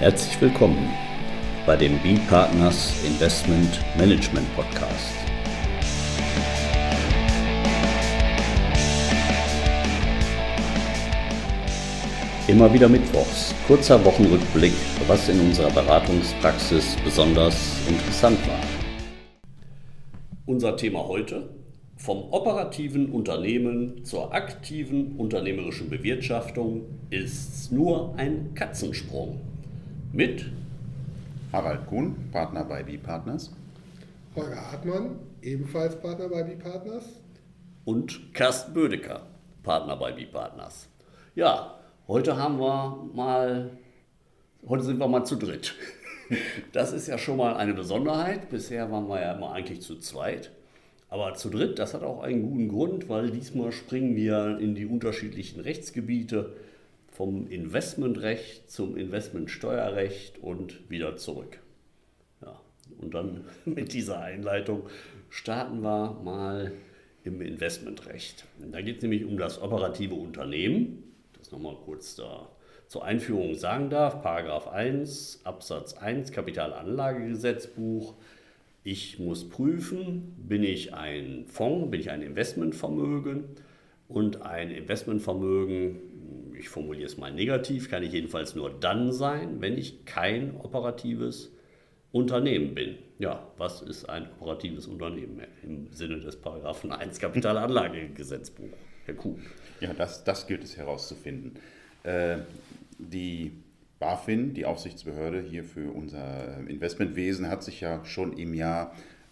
Herzlich willkommen bei dem B-Partners Investment Management Podcast. Immer wieder mittwochs, kurzer Wochenrückblick, was in unserer Beratungspraxis besonders interessant war. Unser Thema heute: Vom operativen Unternehmen zur aktiven unternehmerischen Bewirtschaftung ist's nur ein Katzensprung. Mit Harald Kuhn, Partner bei B-Partners. Holger Hartmann, ebenfalls Partner bei B-Partners. Und Carsten Bödecker, Partner bei B-Partners. Ja, heute sind wir mal zu dritt. Das ist ja schon mal eine Besonderheit. Bisher waren wir ja immer eigentlich zu zweit. Aber zu dritt, das hat auch einen guten Grund, weil diesmal springen wir in die unterschiedlichen Rechtsgebiete vom Investmentrecht zum Investmentsteuerrecht und wieder zurück. Ja, und dann mit dieser Einleitung starten wir mal im Investmentrecht. Da geht es nämlich um das operative Unternehmen. Das nochmal kurz da zur Einführung sagen darf. Paragraph 1, Absatz 1, Kapitalanlagegesetzbuch. Ich muss prüfen, bin ich ein Fonds, bin ich ein Investmentvermögen, und ein Investmentvermögen, ich formuliere es mal negativ, kann ich jedenfalls nur dann sein, wenn ich kein operatives Unternehmen bin. Ja, was ist ein operatives Unternehmen im Sinne des Paragraphen 1 Kapitalanlagegesetzbuch? Herr Kuhn. Ja, das gilt es herauszufinden. Die BaFin, die Aufsichtsbehörde hier für unser Investmentwesen, hat sich ja schon im Jahr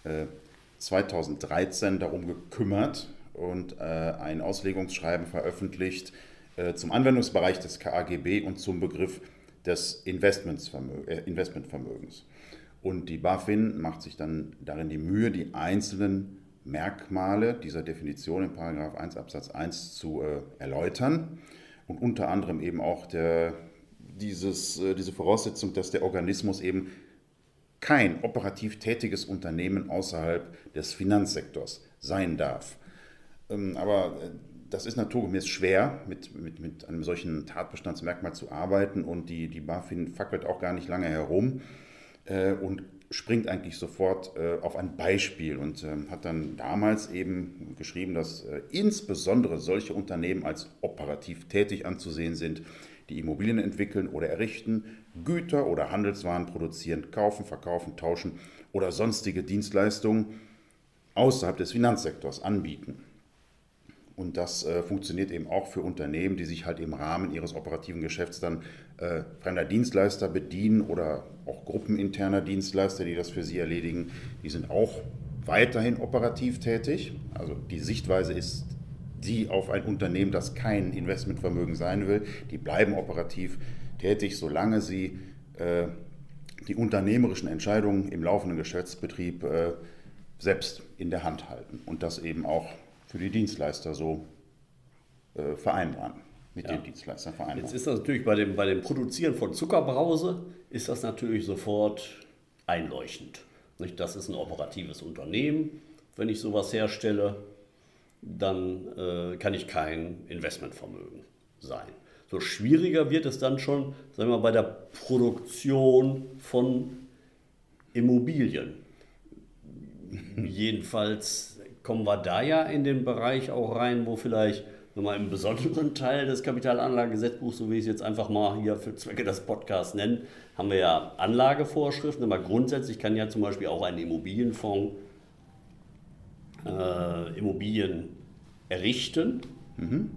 2013 darum gekümmert und ein Auslegungsschreiben veröffentlicht zum Anwendungsbereich des KAGB und zum Begriff des Investmentvermögens. Und die BaFin macht sich dann darin die Mühe, die einzelnen Merkmale dieser Definition in Paragraph 1 Absatz 1 zu erläutern und unter anderem eben auch diese Voraussetzung, dass der Organismus eben kein operativ tätiges Unternehmen außerhalb des Finanzsektors sein darf. Aber das ist naturgemäß schwer, mit einem solchen Tatbestandsmerkmal zu arbeiten, und die BaFin fackelt auch gar nicht lange herum und springt eigentlich sofort auf ein Beispiel und hat dann damals eben geschrieben, dass insbesondere solche Unternehmen als operativ tätig anzusehen sind, die Immobilien entwickeln oder errichten, Güter oder Handelswaren produzieren, kaufen, verkaufen, tauschen oder sonstige Dienstleistungen außerhalb des Finanzsektors anbieten. Und das funktioniert eben auch für Unternehmen, die sich halt im Rahmen ihres operativen Geschäfts dann fremder Dienstleister bedienen oder auch gruppeninterner Dienstleister, die das für sie erledigen. Die sind auch weiterhin operativ tätig. Also die Sichtweise ist die auf ein Unternehmen, das kein Investmentvermögen sein will. Die bleiben operativ tätig, solange sie die unternehmerischen Entscheidungen im laufenden Geschäftsbetrieb selbst in der Hand halten und das eben auch für die Dienstleister so vereinbaren, den Dienstleistern vereinbaren. Jetzt ist das natürlich bei dem Produzieren von Zuckerbrause, ist das natürlich sofort einleuchtend. Nicht? Das ist ein operatives Unternehmen. Wenn ich sowas herstelle, dann kann ich kein Investmentvermögen sein. So schwieriger wird es dann schon, sagen wir mal, bei der Produktion von Immobilien. Jedenfalls kommen wir da ja in den Bereich auch rein, wo vielleicht nochmal im besonderen Teil des Kapitalanlagegesetzbuchs, so wie ich es jetzt einfach mal hier für Zwecke des Podcasts nenne, haben wir ja Anlagevorschriften, aber grundsätzlich kann ja zum Beispiel auch ein Immobilienfonds Immobilien errichten. Mhm.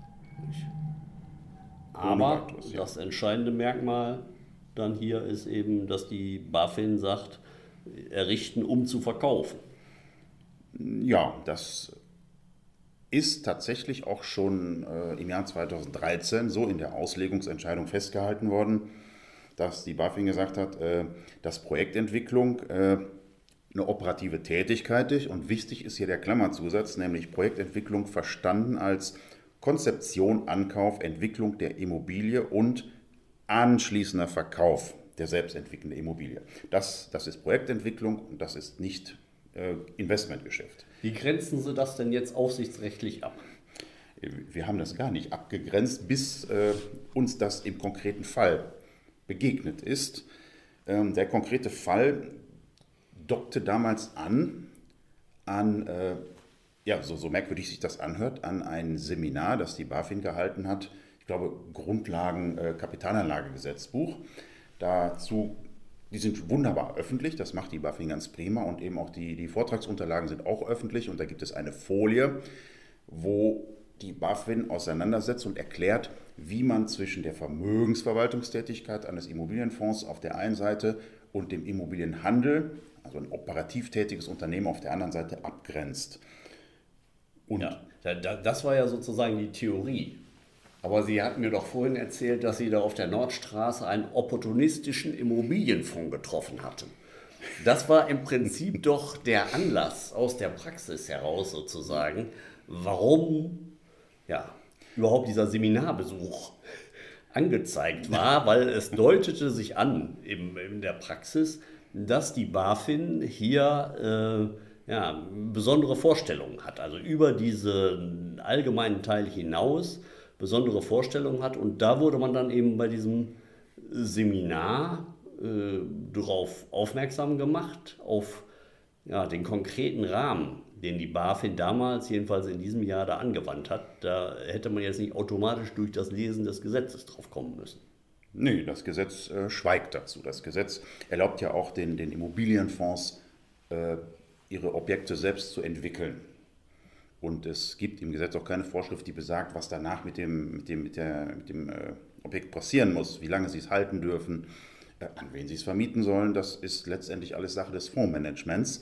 Aber das entscheidende Merkmal dann hier ist eben, dass die BaFin sagt, errichten, um zu verkaufen. Ja, das ist tatsächlich auch schon im Jahr 2013 so in der Auslegungsentscheidung festgehalten worden, dass die BaFin gesagt hat, dass Projektentwicklung eine operative Tätigkeit ist, und wichtig ist hier der Klammerzusatz, nämlich Projektentwicklung verstanden als Konzeption, Ankauf, Entwicklung der Immobilie und anschließender Verkauf der selbstentwickelnden Immobilie. Das ist Projektentwicklung und das ist nicht Investmentgeschäft. Wie grenzen Sie das denn jetzt aufsichtsrechtlich ab? Wir haben das gar nicht abgegrenzt, bis uns das im konkreten Fall begegnet ist. Der konkrete Fall dockte damals so merkwürdig sich das anhört, an ein Seminar, das die BaFin gehalten hat. Ich glaube, Grundlagen Kapitalanlagegesetzbuch. Die sind wunderbar öffentlich, das macht die BaFin ganz prima und eben auch die Vortragsunterlagen sind auch öffentlich und da gibt es eine Folie, wo die BaFin auseinandersetzt und erklärt, wie man zwischen der Vermögensverwaltungstätigkeit eines Immobilienfonds auf der einen Seite und dem Immobilienhandel, also ein operativ tätiges Unternehmen auf der anderen Seite, abgrenzt. Und Ja, das war ja sozusagen die Theorie. Aber Sie hatten mir doch vorhin erzählt, dass Sie da auf der Nordstraße einen opportunistischen Immobilienfonds getroffen hatten. Das war im Prinzip doch der Anlass aus der Praxis heraus sozusagen, warum überhaupt dieser Seminarbesuch angezeigt war, weil es deutete sich an in der Praxis, dass die BaFin hier besondere Vorstellungen hat, also über diesen allgemeinen Teil hinaus besondere Vorstellungen hat. Und da wurde man dann eben bei diesem Seminar darauf aufmerksam gemacht, auf den konkreten Rahmen, den die BaFin damals, jedenfalls in diesem Jahr, da angewandt hat. Da hätte man jetzt nicht automatisch durch das Lesen des Gesetzes drauf kommen müssen. Nee, das Gesetz schweigt dazu. Das Gesetz erlaubt ja auch den Immobilienfonds, ihre Objekte selbst zu entwickeln. Und es gibt im Gesetz auch keine Vorschrift, die besagt, was danach mit dem Objekt passieren muss, wie lange sie es halten dürfen, an wen sie es vermieten sollen. Das ist letztendlich alles Sache des Fondsmanagements.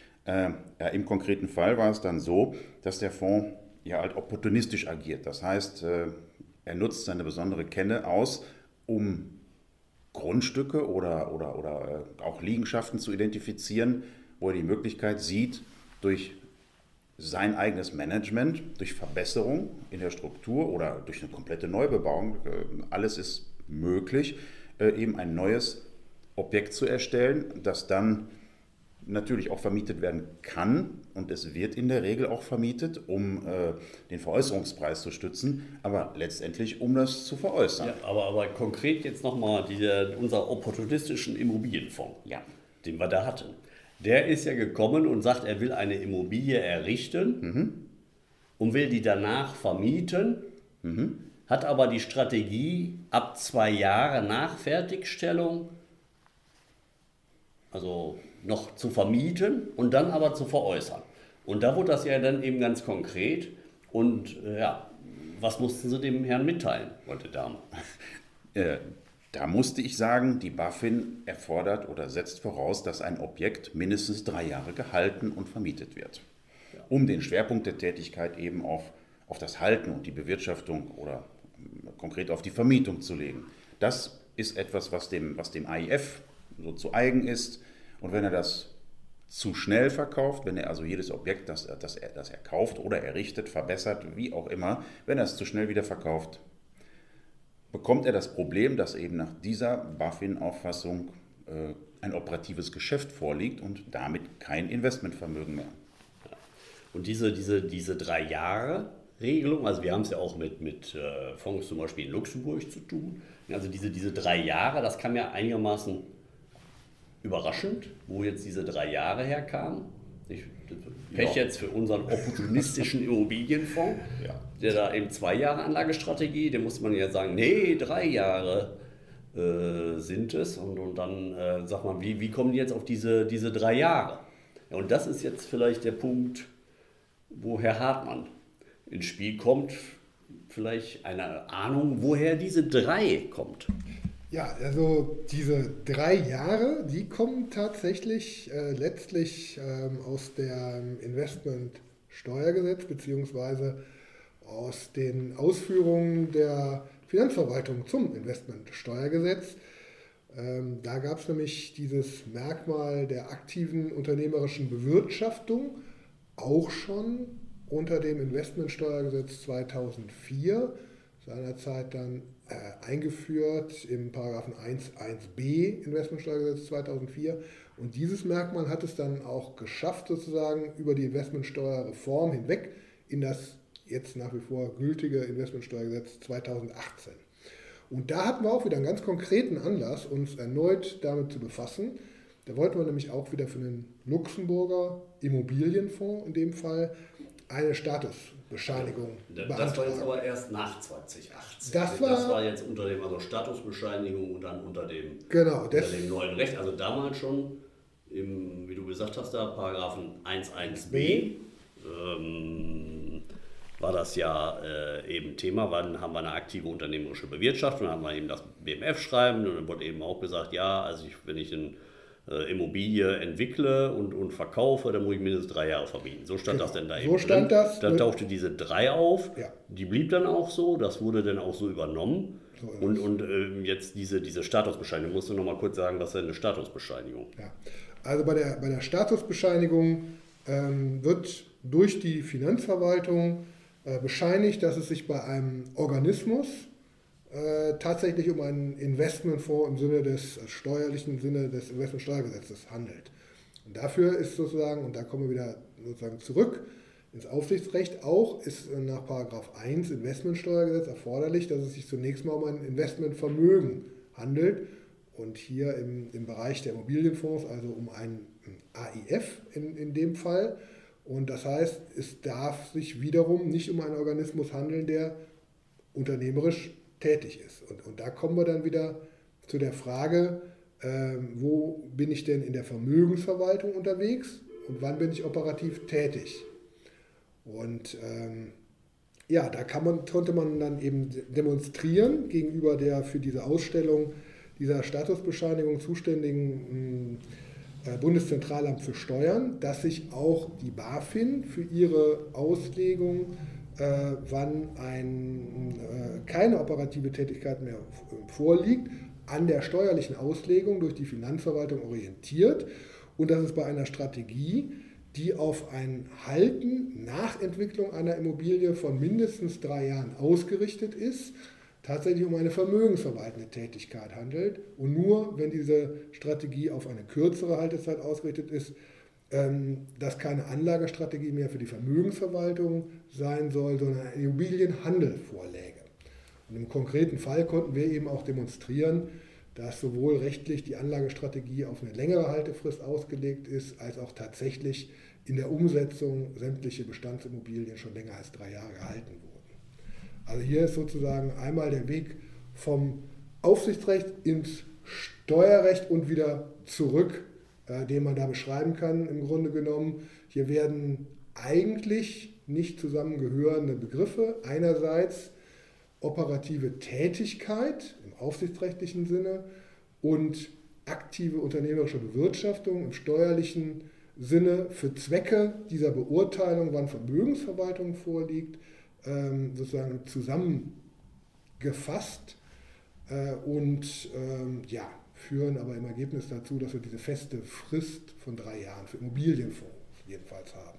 Im konkreten Fall war es dann so, dass der Fonds ja halt opportunistisch agiert. Das heißt, er nutzt seine besondere Kenne aus, um Grundstücke oder auch Liegenschaften zu identifizieren, wo er die Möglichkeit sieht, durch sein eigenes Management, durch Verbesserung in der Struktur oder durch eine komplette Neubebauung, alles ist möglich, eben ein neues Objekt zu erstellen, das dann natürlich auch vermietet werden kann und es wird in der Regel auch vermietet, um den Veräußerungspreis zu stützen, aber letztendlich um das zu veräußern. Ja, aber konkret jetzt nochmal unser opportunistischen Immobilienfonds, den wir da hatten. Der ist ja gekommen und sagt, er will eine Immobilie errichten und will die danach vermieten, hat aber die Strategie, ab 2 Jahre nach Fertigstellung, also noch zu vermieten und dann aber zu veräußern. Und da wurde das ja dann eben ganz konkret. Und was mussten Sie dem Herrn mitteilen, wollte Dame? Da musste ich sagen, die BaFin erfordert oder setzt voraus, dass ein Objekt mindestens 3 Jahre gehalten und vermietet wird, um den Schwerpunkt der Tätigkeit eben auf das Halten und die Bewirtschaftung oder konkret auf die Vermietung zu legen. Das ist etwas, was dem AIF so zu eigen ist. Und wenn er das zu schnell verkauft, wenn er also jedes Objekt, das er kauft oder errichtet, verbessert, wie auch immer, wenn er es zu schnell wieder verkauft, bekommt er das Problem, dass eben nach dieser BaFin-Auffassung ein operatives Geschäft vorliegt und damit kein Investmentvermögen mehr. Und diese 3 Jahre Regelung, also wir haben es ja auch mit Fonds zum Beispiel in Luxemburg zu tun, also diese 3 Jahre, das kam ja einigermaßen überraschend, wo jetzt diese 3 Jahre herkamen. Pech jetzt für unseren opportunistischen Immobilienfonds, der da eben 2 Jahre Anlagestrategie, der muss man ja sagen, nee, 3 Jahre sind es. Und dann sagt man, wie kommen die jetzt auf diese 3 Jahre? Ja, und das ist jetzt vielleicht der Punkt, wo Herr Hartmann ins Spiel kommt. Vielleicht eine Ahnung, woher diese 3 kommt. Ja, also diese 3 Jahre, die kommen tatsächlich letztlich aus dem Investmentsteuergesetz beziehungsweise aus den Ausführungen der Finanzverwaltung zum Investmentsteuergesetz. Da gab es nämlich dieses Merkmal der aktiven unternehmerischen Bewirtschaftung auch schon unter dem Investmentsteuergesetz 2004, seinerzeit dann eingeführt im Paragraphen 1.1b Investmentsteuergesetz 2004. Und dieses Merkmal hat es dann auch geschafft, sozusagen über die Investmentsteuerreform hinweg in das jetzt nach wie vor gültige Investmentsteuergesetz 2018. Und da hatten wir auch wieder einen ganz konkreten Anlass, uns erneut damit zu befassen. Da wollten wir nämlich auch wieder für einen Luxemburger Immobilienfonds in dem Fall eine Statusbescheinigung beantragen. Das war jetzt aber erst nach 2018. Das war jetzt unter dem Statusbescheinigung und dann unter dem neuen Recht. Also damals schon, wie du gesagt hast, da Paragraphen 1.1b war das ja eben Thema. Wann haben wir eine aktive unternehmerische Bewirtschaftung? Dann haben wir eben das BMF-Schreiben und dann wurde eben auch gesagt, ja, also wenn ich eine Immobilie entwickle und verkaufe, dann muss ich mindestens 3 Jahre vermieten. So stand das denn da eben. So stand das. Dann tauchte diese 3 auf, Ja. Die blieb dann auch so, das wurde dann auch so übernommen. So ist und jetzt diese Statusbescheinigung, musst du noch mal kurz sagen, was ist denn eine Statusbescheinigung? Ja. Also bei der Statusbescheinigung wird durch die Finanzverwaltung bescheinigt, dass es sich bei einem Organismus tatsächlich um einen Investmentfonds im Sinne des steuerlichen Sinne des Investmentsteuergesetzes handelt. Und dafür ist sozusagen, und da kommen wir wieder sozusagen zurück ins Aufsichtsrecht, auch ist nach Paragraph 1 Investmentsteuergesetz erforderlich, dass es sich zunächst mal um ein Investmentvermögen handelt und hier im Bereich der Immobilienfonds, also um ein AIF in dem Fall. Und das heißt, es darf sich wiederum nicht um einen Organismus handeln, der unternehmerisch tätig ist. Und da kommen wir dann wieder zu der Frage, wo bin ich denn in der Vermögensverwaltung unterwegs und wann bin ich operativ tätig? Und ja, da konnte man dann eben demonstrieren gegenüber der für diese Ausstellung dieser Statusbescheinigung zuständigen Bundeszentralamt für Steuern, dass sich auch die BaFin für ihre Auslegung, wann keine operative Tätigkeit mehr vorliegt, an der steuerlichen Auslegung durch die Finanzverwaltung orientiert und dass es bei einer Strategie, die auf ein Halten nach Entwicklung einer Immobilie von mindestens 3 Jahren ausgerichtet ist, tatsächlich um eine vermögensverwaltende Tätigkeit handelt. Und nur wenn diese Strategie auf eine kürzere Haltezeit ausgerichtet ist, dass keine Anlagestrategie mehr für die Vermögensverwaltung sein soll, sondern ein Immobilienhandel vorläge. Und im konkreten Fall konnten wir eben auch demonstrieren, dass sowohl rechtlich die Anlagestrategie auf eine längere Haltefrist ausgelegt ist, als auch tatsächlich in der Umsetzung sämtliche Bestandsimmobilien schon länger als 3 Jahre gehalten wurden. Also hier ist sozusagen einmal der Weg vom Aufsichtsrecht ins Steuerrecht und wieder zurück, den man da beschreiben kann im Grunde genommen. Hier werden eigentlich nicht zusammengehörende Begriffe. Einerseits operative Tätigkeit im aufsichtsrechtlichen Sinne und aktive unternehmerische Bewirtschaftung im steuerlichen Sinne für Zwecke dieser Beurteilung, wann Vermögensverwaltung vorliegt, sozusagen zusammengefasst und ja, führen aber im Ergebnis dazu, dass wir diese feste Frist von 3 Jahren für Immobilienfonds jedenfalls haben.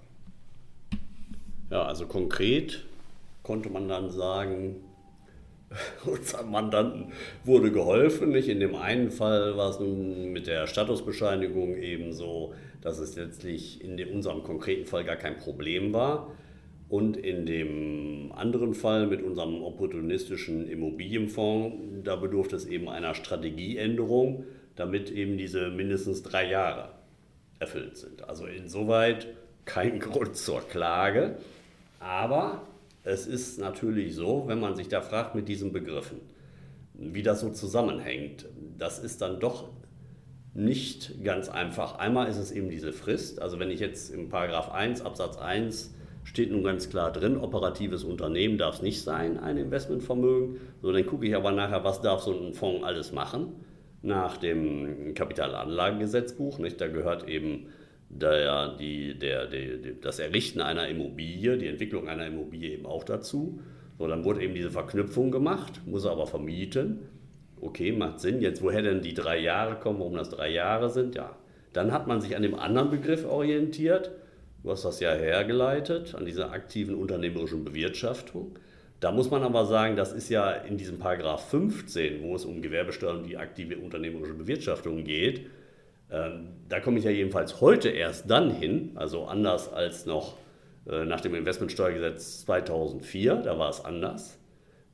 Ja, also konkret konnte man dann sagen, unserem Mandanten wurde geholfen. Nicht? In dem einen Fall war es nun mit der Statusbescheinigung eben so, dass es letztlich in unserem konkreten Fall gar kein Problem war. Und in dem anderen Fall mit unserem opportunistischen Immobilienfonds, da bedurfte es eben einer Strategieänderung, damit eben diese mindestens 3 Jahre erfüllt sind. Also insoweit kein Grund zur Klage, aber es ist natürlich so, wenn man sich da fragt mit diesen Begriffen, wie das so zusammenhängt, das ist dann doch nicht ganz einfach. Einmal ist es eben diese Frist, also wenn ich jetzt im Paragraph 1 Absatz 1 steht nun ganz klar drin, operatives Unternehmen darf es nicht sein, ein Investmentvermögen. So, dann gucke ich aber nachher, was darf so ein Fonds alles machen, nach dem Kapitalanlagengesetzbuch. Nicht? Da gehört eben das Errichten einer Immobilie, die Entwicklung einer Immobilie eben auch dazu. So, dann wurde eben diese Verknüpfung gemacht, muss er aber vermieten. Okay, macht Sinn. Jetzt, woher denn die 3 Jahre kommen, warum das 3 Jahre sind? Ja, dann hat man sich an dem anderen Begriff orientiert. Du hast das ja hergeleitet, an dieser aktiven unternehmerischen Bewirtschaftung. Da muss man aber sagen, das ist ja in diesem Paragraph 15, wo es um Gewerbesteuer und die aktive unternehmerische Bewirtschaftung geht. Da komme ich ja jedenfalls heute erst dann hin, also anders als noch nach dem Investmentsteuergesetz 2004, da war es anders.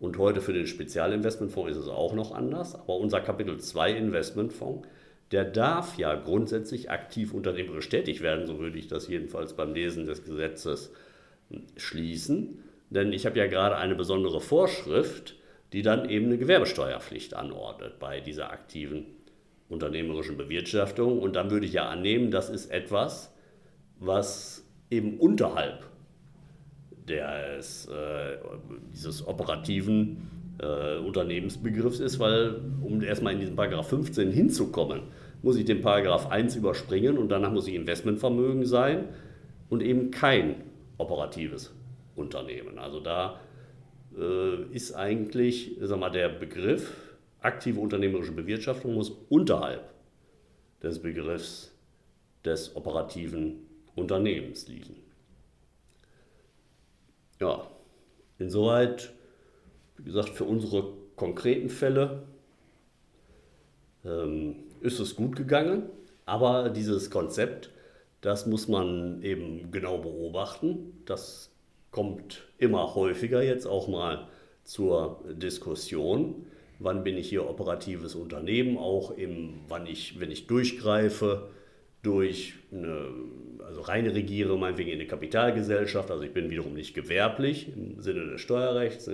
Und heute für den Spezialinvestmentfonds ist es auch noch anders. Aber unser Kapitel 2 Investmentfonds, der darf ja grundsätzlich aktiv unternehmerisch tätig werden. So würde ich das jedenfalls beim Lesen des Gesetzes schließen. Denn ich habe ja gerade eine besondere Vorschrift, die dann eben eine Gewerbesteuerpflicht anordnet bei dieser aktiven unternehmerischen Bewirtschaftung. Und dann würde ich ja annehmen, das ist etwas, was eben unterhalb dieses operativen Unternehmensbegriffs ist, weil um erstmal in diesen Paragraph 15 hinzukommen, muss ich den Paragraph 1 überspringen und danach muss ich Investmentvermögen sein und eben kein operatives Unternehmen. Also da ist eigentlich, sag mal, der Begriff aktive unternehmerische Bewirtschaftung muss unterhalb des Begriffs des operativen Unternehmens liegen. Ja, insoweit, wie gesagt, für unsere konkreten Fälle ist es gut gegangen, aber dieses Konzept, das muss man eben genau beobachten. Das kommt immer häufiger jetzt auch mal zur Diskussion. Wann bin ich hier operatives Unternehmen, auch wenn ich durchgreife, reine regiere, meinetwegen in eine Kapitalgesellschaft, also ich bin wiederum nicht gewerblich im Sinne des Steuerrechts,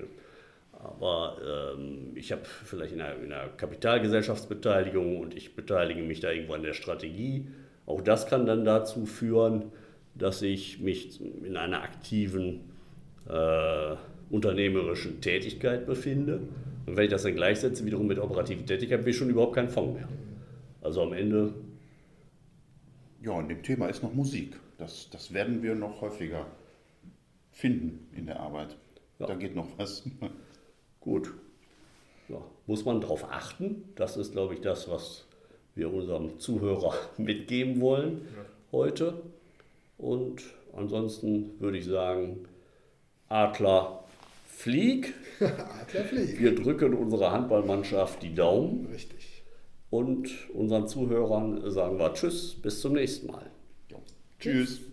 aber ich habe vielleicht in einer Kapitalgesellschaftsbeteiligung und ich beteilige mich da irgendwo an der Strategie. Auch das kann dann dazu führen, dass ich mich in einer aktiven unternehmerischen Tätigkeit befinde. Und wenn ich das dann gleichsetze, wiederum mit operativen Tätigkeit, bin ich schon überhaupt kein Fonds mehr. Also am Ende... Ja, und dem Thema ist noch Musik. Das werden wir noch häufiger finden in der Arbeit. Ja. Da geht noch was. Gut. Ja, muss man darauf achten. Das ist, glaube ich, das, was wir unserem Zuhörer mitgeben wollen heute. Und ansonsten würde ich sagen, Adler, flieg. Adler, flieg. Wir drücken unserer Handballmannschaft die Daumen. Richtig. Und unseren Zuhörern sagen wir Tschüss, bis zum nächsten Mal. Ja. Tschüss.